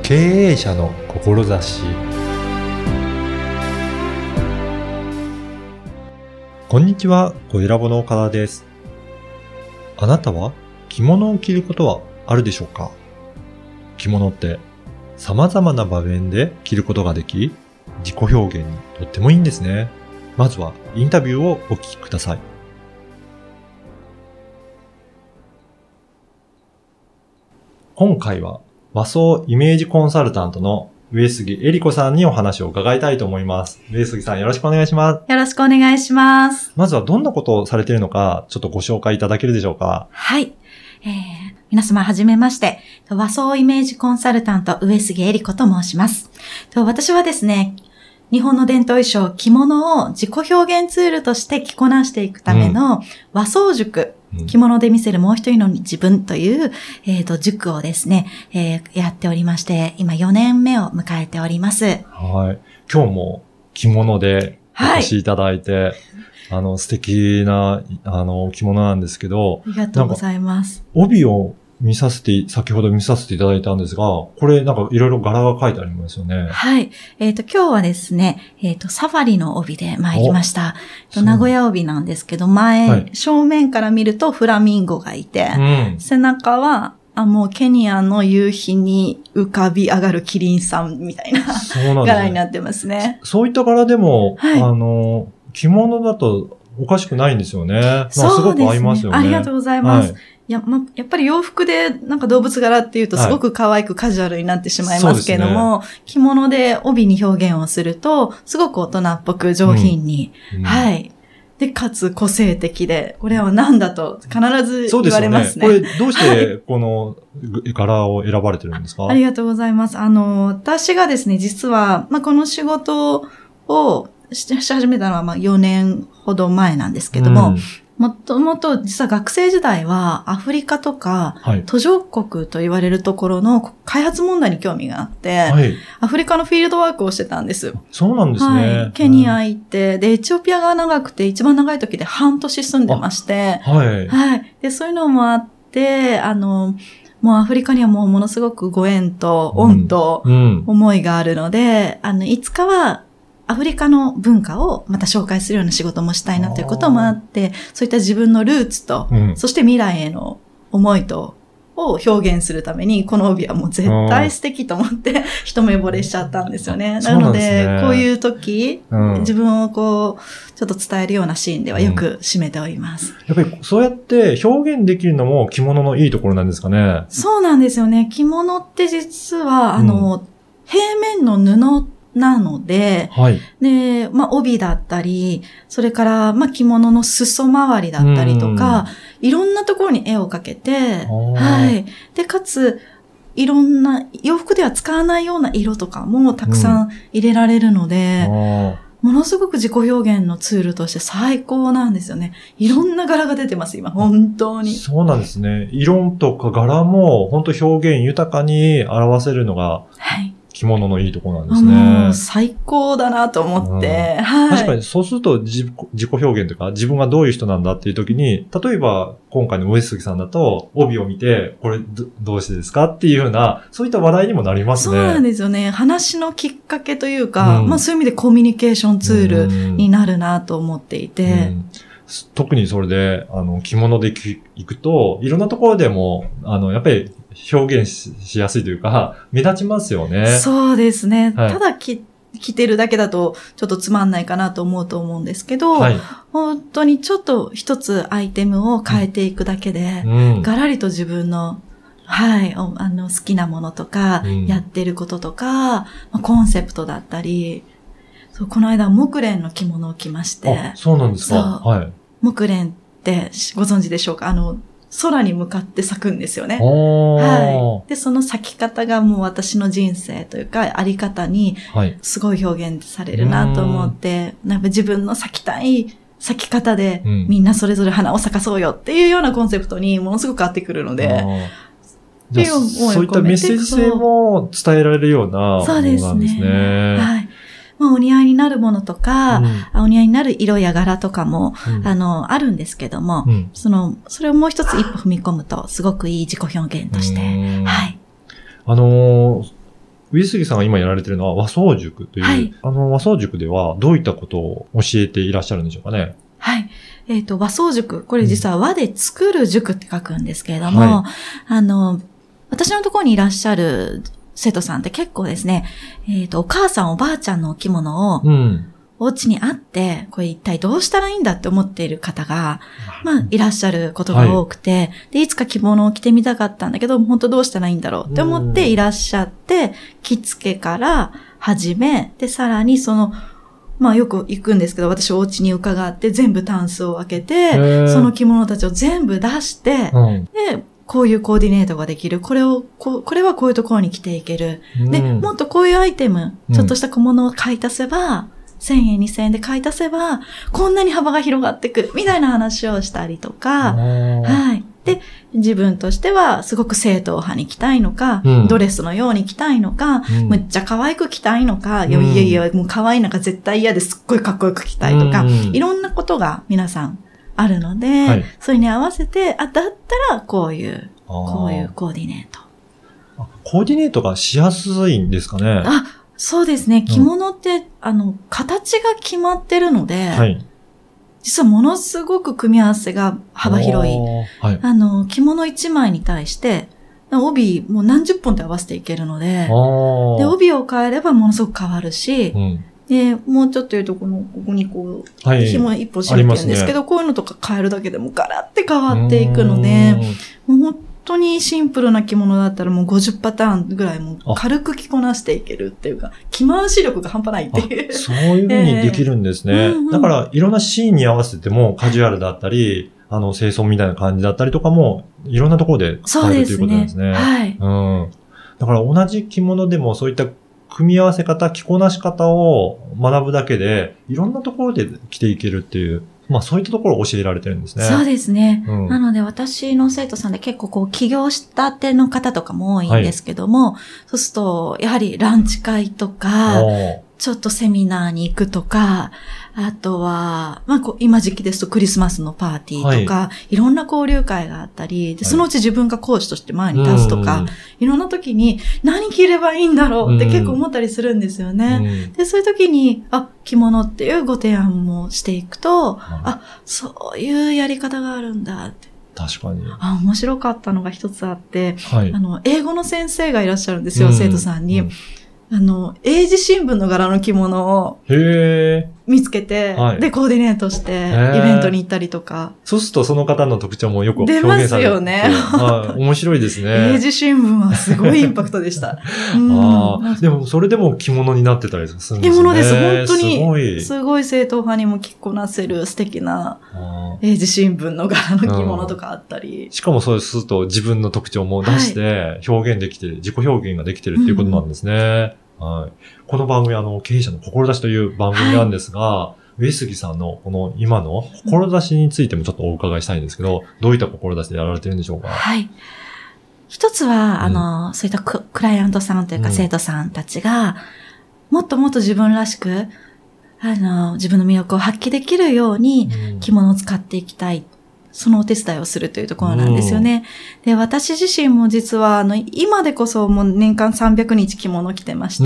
経営者の志。こんにちは、小ラボの岡田です。あなたは着物を着ることはあるでしょうか？着物って様々な場面で着ることができ、自己表現にとってもいいんですね。まずはインタビューをお聞きください。今回は和装イメージコンサルタントの上杉恵理子さんにお話を伺いたいと思います。上杉さん、よろしくお願いします。 よろしくお願いします。 まずはどんなことをされているのか、ちょっとご紹介いただけるでしょうか？ はい。皆様はじめまして、和装イメージコンサルタント上杉恵理子と申します。私はですね、日本の伝統衣装、着物を自己表現ツールとして着こなしていくための和装塾、着物で見せるもう一人の自分という、塾をですね、やっておりまして、今4年目を迎えております。はい。 今日も着物でお越しいただいて、素敵な、着物なんですけど。 ありがとうございます。 帯を先ほど見させていただいたんですが、これなんかいろいろ柄が書いてありますよね。 はい。今日はですね、サファリの帯で参りました。名古屋帯なんですけど、正面から見るとフラミンゴがいて、背中は、もうケニアの夕日に浮かび上がるキリンさんみたいな柄になってますね。 そういった柄でも、着物だとおかしくないんですよね。すごく合いますよね。 ありがとうございます。やっぱり洋服でなんか動物柄っていうとすごく可愛くカジュアルになってしまいますけれども、着物で帯に表現をすると、すごく大人っぽく上品に、で、かつ個性的で、これは何だと必ず言われますね。 これどうしてこの柄を選ばれてるんですか？ ありがとうございます。私がですね、実は、この仕事をし始めたのは4年ほど前なんですけども、もともと実は学生時代はアフリカとか途上国と言われるところの開発問題に興味があって、アフリカのフィールドワークをしてたんです。 そうなんですね。 ケニア行って、で、エチオピアが長くて一番長い時で半年住んでまして、で、そういうのもあって、もうアフリカにはものすごくご縁と恩と思いがあるので、いつかはアフリカの文化をまた紹介するような仕事もしたいなということもあって、そういった自分のルーツと、そして未来への思いを表現するために、この帯はもう絶対素敵と思って一目惚れしちゃったんですよね。なので、こういう時、自分をちょっと伝えるようなシーンではよく締めております。 やっぱりそうやって表現できるのも着物のいいところなんですかね？ そうなんですよね。着物って実は、平面の布なので、で、帯だったり、それから、着物の裾周りだったりとか、いろんなところに絵をかけて、で、かつ、いろんな、洋服では使わないような色とかもたくさん入れられるので、ものすごく自己表現のツールとして最高なんですよね。いろんな柄が出てます、今、本当に。 そうなんですね。色とか柄も、本当表現豊かに表せるのが、着物のいいところなんですね。 もう最高だなと思って。 確かにそうすると自己表現というか自分がどういう人なんだっていう時に、例えば今回の上杉さんだと帯を見て、これどうしてですかっていうような、そういった話題にもなりますね。 そうなんですよね。話のきっかけというか、そういう意味でコミュニケーションツールになるなと思っていて。 特にそれで、着物で行くと、いろんなところでも、やっぱり表現しやすいというか、目立ちますよね。 そうですね。ただ着てるだけだと、ちょっとつまんないかなと思うんですけど、本当にちょっと一つアイテムを変えていくだけで、がらりと自分の、好きなものとか、やってることとか、コンセプトだったり、この間、木蓮の着物を着まして。 そうなんですか。 木蓮ってご存知でしょうか？空に向かって咲くんですよね。で、その咲き方がもう私の人生というか、あり方に、すごい表現されるなと思って、なんか自分の咲きたい咲き方で、みんなそれぞれ花を咲かそうよっていうようなコンセプトにものすごく合ってくるので、 そういったメッセージ性も伝えられるようなものなんですね。 お似合いになるものとか、お似合いになる色や柄とかも、あるんですけども、それをもう一つ一歩踏み込むと、すごくいい自己表現として、 上杉さんが今やられているのは和装塾という、はい、和装塾ではどういったことを教えていらっしゃるんでしょうかね。 はい。和装塾、これ実は和で作る塾って書くんですけれども、私のところにいらっしゃる生徒さんって結構ですね、お母さんおばあちゃんのお着物を、お家にあって、これ一体どうしたらいいんだって思っている方が、いらっしゃることが多くて、はい、で、いつか着物を着てみたかったんだけど、本当どうしたらいいんだろうって思っていらっしゃって、着付けから始め、で、さらによく行くんですけど、私お家に伺って全部タンスを開けて、その着物たちを全部出して、で、こういうコーディネートができる。これはこういうところに着ていける。で、もっとこういうアイテム、ちょっとした小物を買い足せば、1000円、2000円で買い足せば、こんなに幅が広がってく、みたいな話をしたりとか、はい。で、自分としてはすごく正統派に着たいのか、ドレスのように着たいのか、むっちゃ可愛く着たいのか、いや、もう可愛いなんか絶対嫌ですっごいかっこよく着たいとか、いろんなことが皆さんあるので、はい、それに合わせて、だったらこういうコーディネート。 コーディネートがしやすいんですかね。 そうですね。着物って、形が決まってるので、はい、実はものすごく組み合わせが幅広い。はい、着物1枚に対して、帯もう何十本って合わせていけるので、で、帯を変えればものすごく変わるし、で、もうちょっと言うと、ここに紐一本締めてるんですけど、こういうのとか変えるだけでもガラって変わっていくので、もう本当にシンプルな着物だったらもう50パターンぐらいも軽く着こなしていけるっていうか、着回し力が半端ないっていう。 そういう風にできるんですね。だから、いろんなシーンに合わせてもカジュアルだったり、清掃みたいな感じだったりとかも、いろんなところで使えるということなんですね。はい。だから同じ着物でもそういった組み合わせ方、着こなし方を学ぶだけで、いろんなところで着ていけるっていう、そういったところを教えられてるんですね。 そうですね。なので私の生徒さんで結構起業したての方とかも多いんですけども、そうすると、やはりランチ会とか、ちょっとセミナーに行くとか、あとは、今時期ですとクリスマスのパーティーとか、いろんな交流会があったり、で、そのうち自分が講師として前に立つとか、いろんな時に何着ればいいんだろうって結構思ったりするんですよね。で、そういう時に、着物っていうご提案もしていくと、そういうやり方があるんだって。 確かに。 面白かったのが一つあって、英語の先生がいらっしゃるんですよ、生徒さんに。英字新聞の柄の着物を見つけて、で、コーディネートして、イベントに行ったりとか。 そうするとその方の特徴もよく表現されて。出ますよね。面白いですね。 英字新聞はすごいインパクトでした。 でも、それでも着物になってたりするんですね。 着物です。本当に。すごい正統派にも着こなせる素敵な英字新聞の柄の着物とかあったり。 しかもそうすると自分の特徴も出して表現できて、自己表現ができてるっていうことなんですね。はい。この番組経営者の志という番組なんですが、上杉さんのこの今の志についてもちょっとお伺いしたいんですけど、どういった志でやられてるんでしょうか？ はい。一つは、そういったクライアントさんというか生徒さんたちが、もっともっと自分らしく、自分の魅力を発揮できるように着物を使っていきたい。そのお手伝いをするというところなんですよね。で、私自身も実は、今でこそもう年間300日着物着てまして、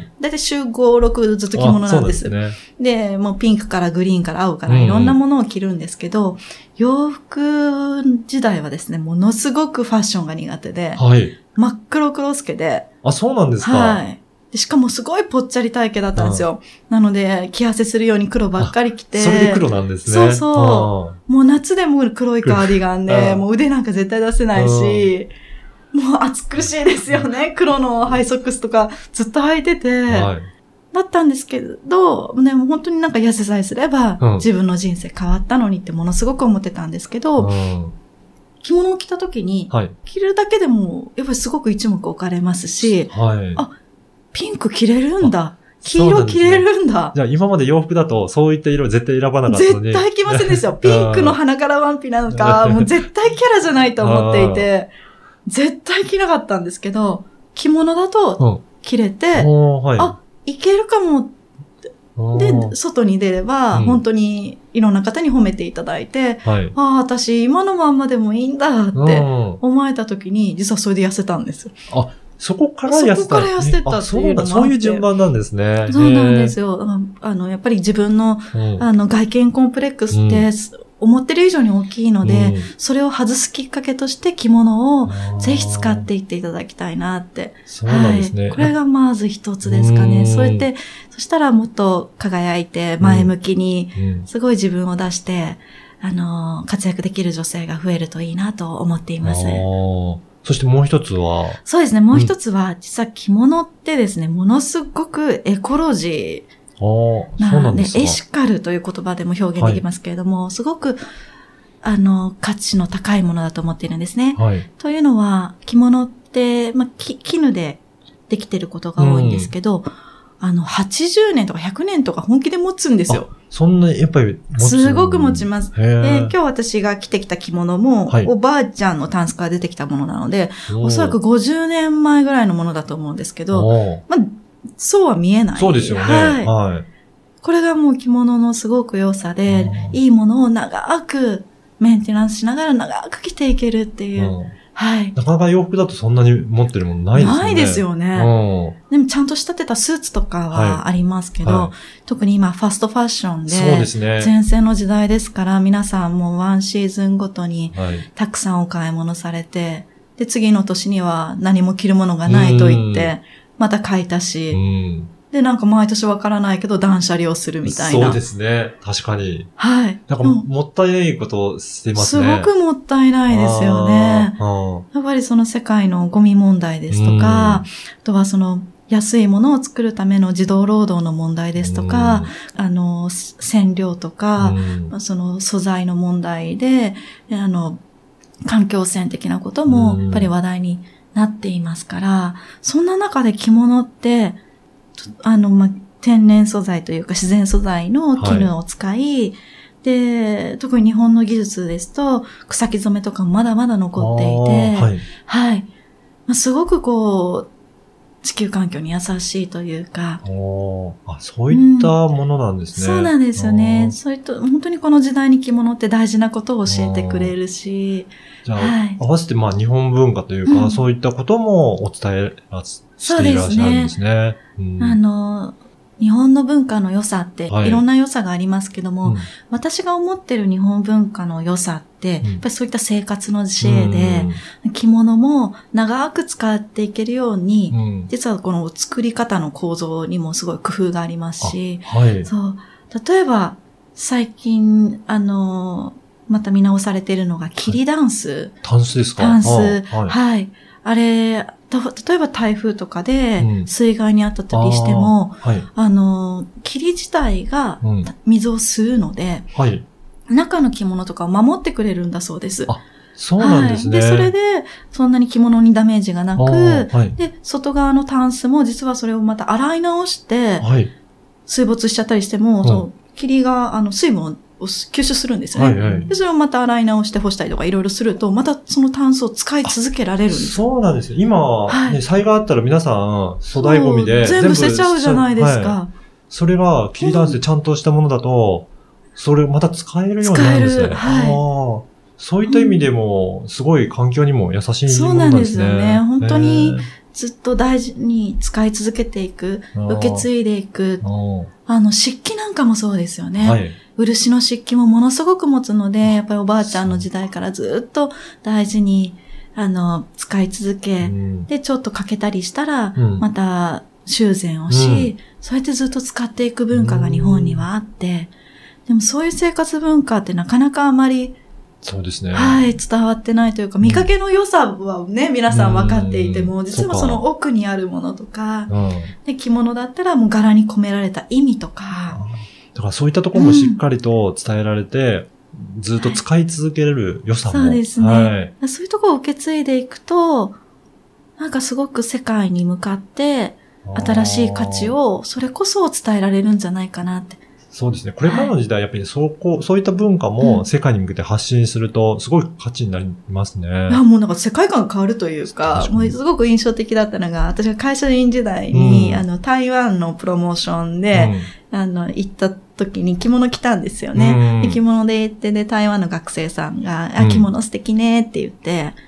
だいたい週5、6ずっと着物なんです。で、もうピンクからグリーンから青からいろんなものを着るんですけど、洋服時代はですね、ものすごくファッションが苦手で、真っ黒黒助で。 そうなんですか。 はい。しかもすごいぽっちゃり体型だったんですよ。なので、着合わせするように黒ばっかり着て。 それで黒なんですね。 そうそう。もう夏でも黒いカーディガンで、もう腕なんか絶対出せないし、もう暑苦しいですよね。黒のハイソックスとかずっと履いてて。だったんですけど、ね、もう本当になんか痩せさえすれば、自分の人生変わったのにってものすごく思ってたんですけど、着物を着た時に、着るだけでもやっぱりすごく一目置かれますし、ピンク着れるんだ。黄色着れるんだ。 じゃあ今まで洋服だとそういった色絶対選ばなかったのに。 絶対着ませんでしたよ。ピンクの花柄ワンピなのか、もう絶対キャラじゃないと思っていて、絶対着なかったんですけど、着物だと着れて、いけるかも。で、外に出れば、本当にいろんな方に褒めていただいて、私今のまんまでもいいんだって思えた時に、実はそれで痩せたんですよ。 そこから痩せた。 そこから痩せたっていうのもあって。 そういう順番なんですね。 そうなんですよ。やっぱり自分の、外見コンプレックスって、思ってる以上に大きいので、それを外すきっかけとして着物をぜひ使っていっていただきたいなって。 そうなんですね。 これがまず一つですかね。そうやって、そしたらもっと輝いて前向きに、すごい自分を出して、活躍できる女性が増えるといいなと思っています。 そしてもう一つはそうですね。もう一つは、実は着物ってですね、ものすごくエコロジー。 そうなんですか。 エシカルという言葉でも表現できますけれども、すごく、価値の高いものだと思っているんですね。というのは、着物って、絹でできてることが多いんですけど、80年とか100年とか本気で持つんですよ。 そんな、やっぱり持つ。 すごく持ちます。で、今日私が着てきた着物も、おばあちゃんのタンスから出てきたものなので、おそらく50年前ぐらいのものだと思うんですけど、そうは見えない。 そうですよね。 これがもう着物のすごく良さで、いいものを長くメンテナンスしながら長く着ていけるっていう。 なかなか洋服だとそんなに持ってるものないですよね。 ないですよね。でもちゃんと仕立てたスーツとかはありますけど、特に今ファストファッションで、そうですね。前線の時代ですから、皆さんもうワンシーズンごとにたくさんお買い物されて、で、次の年には何も着るものがないと言って、また買い足し、で、なんか毎年わからないけど断捨離をするみたいな。 そうですね。確かに。 はい。 なんかもったいないことをしてますね。すごくもったいないですよね。やっぱりその世界のゴミ問題ですとか、あとはその安いものを作るための児童労働の問題ですとか、染料とか、その素材の問題で、環境汚染的なこともやっぱり話題になっていますから、そんな中で着物って、天然素材というか自然素材の絹を使い、で、特に日本の技術ですと、草木染めとかもまだまだ残っていて、すごく地球環境に優しいというか。 そういったものなんですね。 そうなんですよね。そういった、本当にこの時代に着物って大事なことを教えてくれるし。 じゃあ、合わせて日本文化というか、そういったこともお伝えしていらっしゃるんですね。 日本の文化の良さっていろんな良さがありますけども、私が思ってる日本文化の良さって、やっぱりそういった生活の知恵で、着物も長く使っていけるように、実はこの作り方の構造にもすごい工夫がありますし、そう。例えば、最近、また見直されているのが、切りダンス。 タンスですか？ タンス。あれ、例えば台風とかで水害にあったりしても、霧自体が水を吸うので、中の着物とかを守ってくれるんだそうです。 そうなんですね。 で、それで、そんなに着物にダメージがなく、で、外側のタンスも実はそれをまた洗い直して、水没しちゃったりしても、その霧が水分を吸収するんですよね。で、それをまた洗い直して干したりとかいろいろすると、またそのタンスを使い続けられるんです。 そうなんですよ。今、災害あったら皆さん、粗大ゴミで全部捨てちゃうじゃないですか。 それが、切りダンスでちゃんとしたものだと、それをまた使えるようになるんですね。そういった意味でも、すごい環境にも優しいものなんですね。 そうなんですよね。本当に、ずっと大事に使い続けていく、受け継いでいく。漆器なんかもそうですよね。漆の漆器もものすごく持つので、やっぱりおばあちゃんの時代からずっと大事に、使い続け、で、ちょっと欠けたりしたら、また修繕をし、そうやってずっと使っていく文化が日本にはあって、でもそういう生活文化ってなかなかあまり、 そうですね。 伝わってないというか、見かけの良さはね、皆さん分かっていても、実はその奥にあるものとか、で、着物だったらもう柄に込められた意味とか、 だからそういったところもしっかりと伝えられて、ずっと使い続けれる良さも。 そうですね。そういうところを受け継いでいくと、なんかすごく世界に向かって、新しい価値を、それこそ伝えられるんじゃないかなって。 そうですね。これからの時代、やっぱりそういった文化も世界に向けて発信すると、すごい価値になりますね。 もうなんか世界観が変わるというか、もうすごく印象的だったのが、私が会社員時代に、台湾のプロモーションで、行った時に着物着たんですよね。着物で行って、で、台湾の学生さんが、着物素敵ねって言って、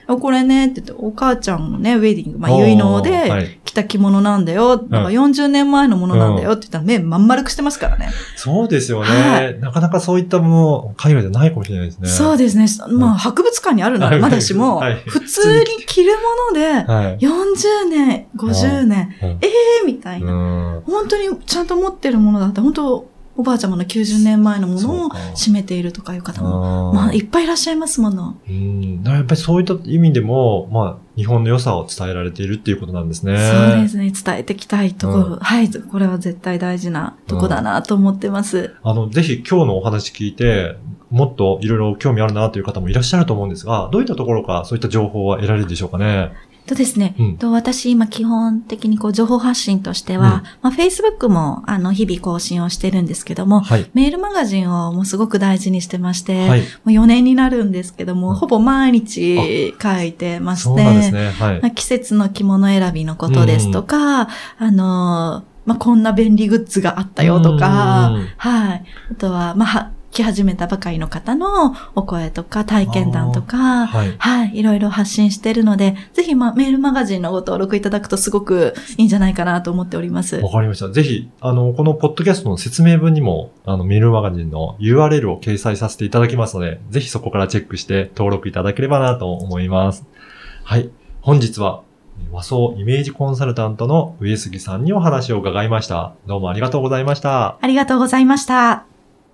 これねって言って、お母ちゃんのね、ウェディング、結納で着た着物なんだよ。なんか40年前のものなんだよって言ったら目まん丸くしてますからね。 そうですよね。なかなかそういったもの、海外じゃないかもしれないですね。 そうですね。博物館にあるのはまだしも、普通に着るもので、40年、50年、みたいな。本当にちゃんと持ってるものだって、本当おばあちゃまの90年前のものを占めているとかいう方も、いっぱいいらっしゃいますもの。 だからやっぱりそういった意味でも、日本の良さを伝えられているっていうことなんですね。 そうですね。伝えていきたいところ。はい。これは絶対大事なとこだなと思ってます。 ぜひ今日のお話聞いて、もっといろいろ興味あるなという方もいらっしゃると思うんですが、どういったところからそういった情報は得られるでしょうかね。 ですね。私今基本的に情報発信としては、Facebook も日々更新をしてるんですけども、メールマガジンをもうすごく大事にしてまして、もう4年になるんですけども、ほぼ毎日書いてまして、そうなんですね。季節の着物選びのことですとか、こんな便利グッズがあったよとか、あとは、来始めたばかりの方のお声とか体験談とか、いろいろ発信しているので、ぜひメールマガジンのご登録いただくとすごくいいんじゃないかなと思っております。 わかりました。ぜひ、このポッドキャストの説明文にも、メールマガジンの URL を掲載させていただきますので、ぜひそこからチェックして登録いただければなと思います。はい。本日は、和装イメージコンサルタントの上杉さんにお話を伺いました。どうもありがとうございました。 ありがとうございました。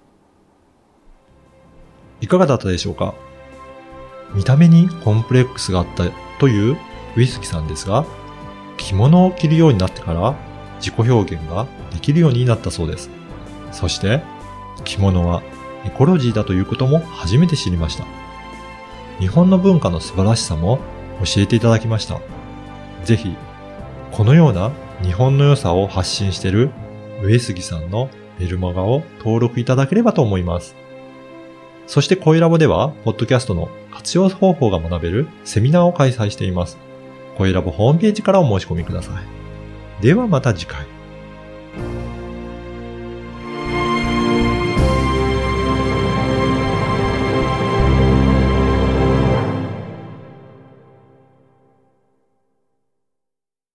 いかがだったでしょうか？見た目にコンプレックスがあったという上杉さんですが、着物を着るようになってから自己表現ができるようになったそうです。そして、着物はエコロジーだということも初めて知りました。日本の文化の素晴らしさも教えていただきました。ぜひ、このような日本の良さを発信している上杉さんのメルマガを登録いただければと思います。そして声ラボでは、ポッドキャストの活用方法が学べるセミナーを開催しています。声ラボホームページからお申し込みください。ではまた次回。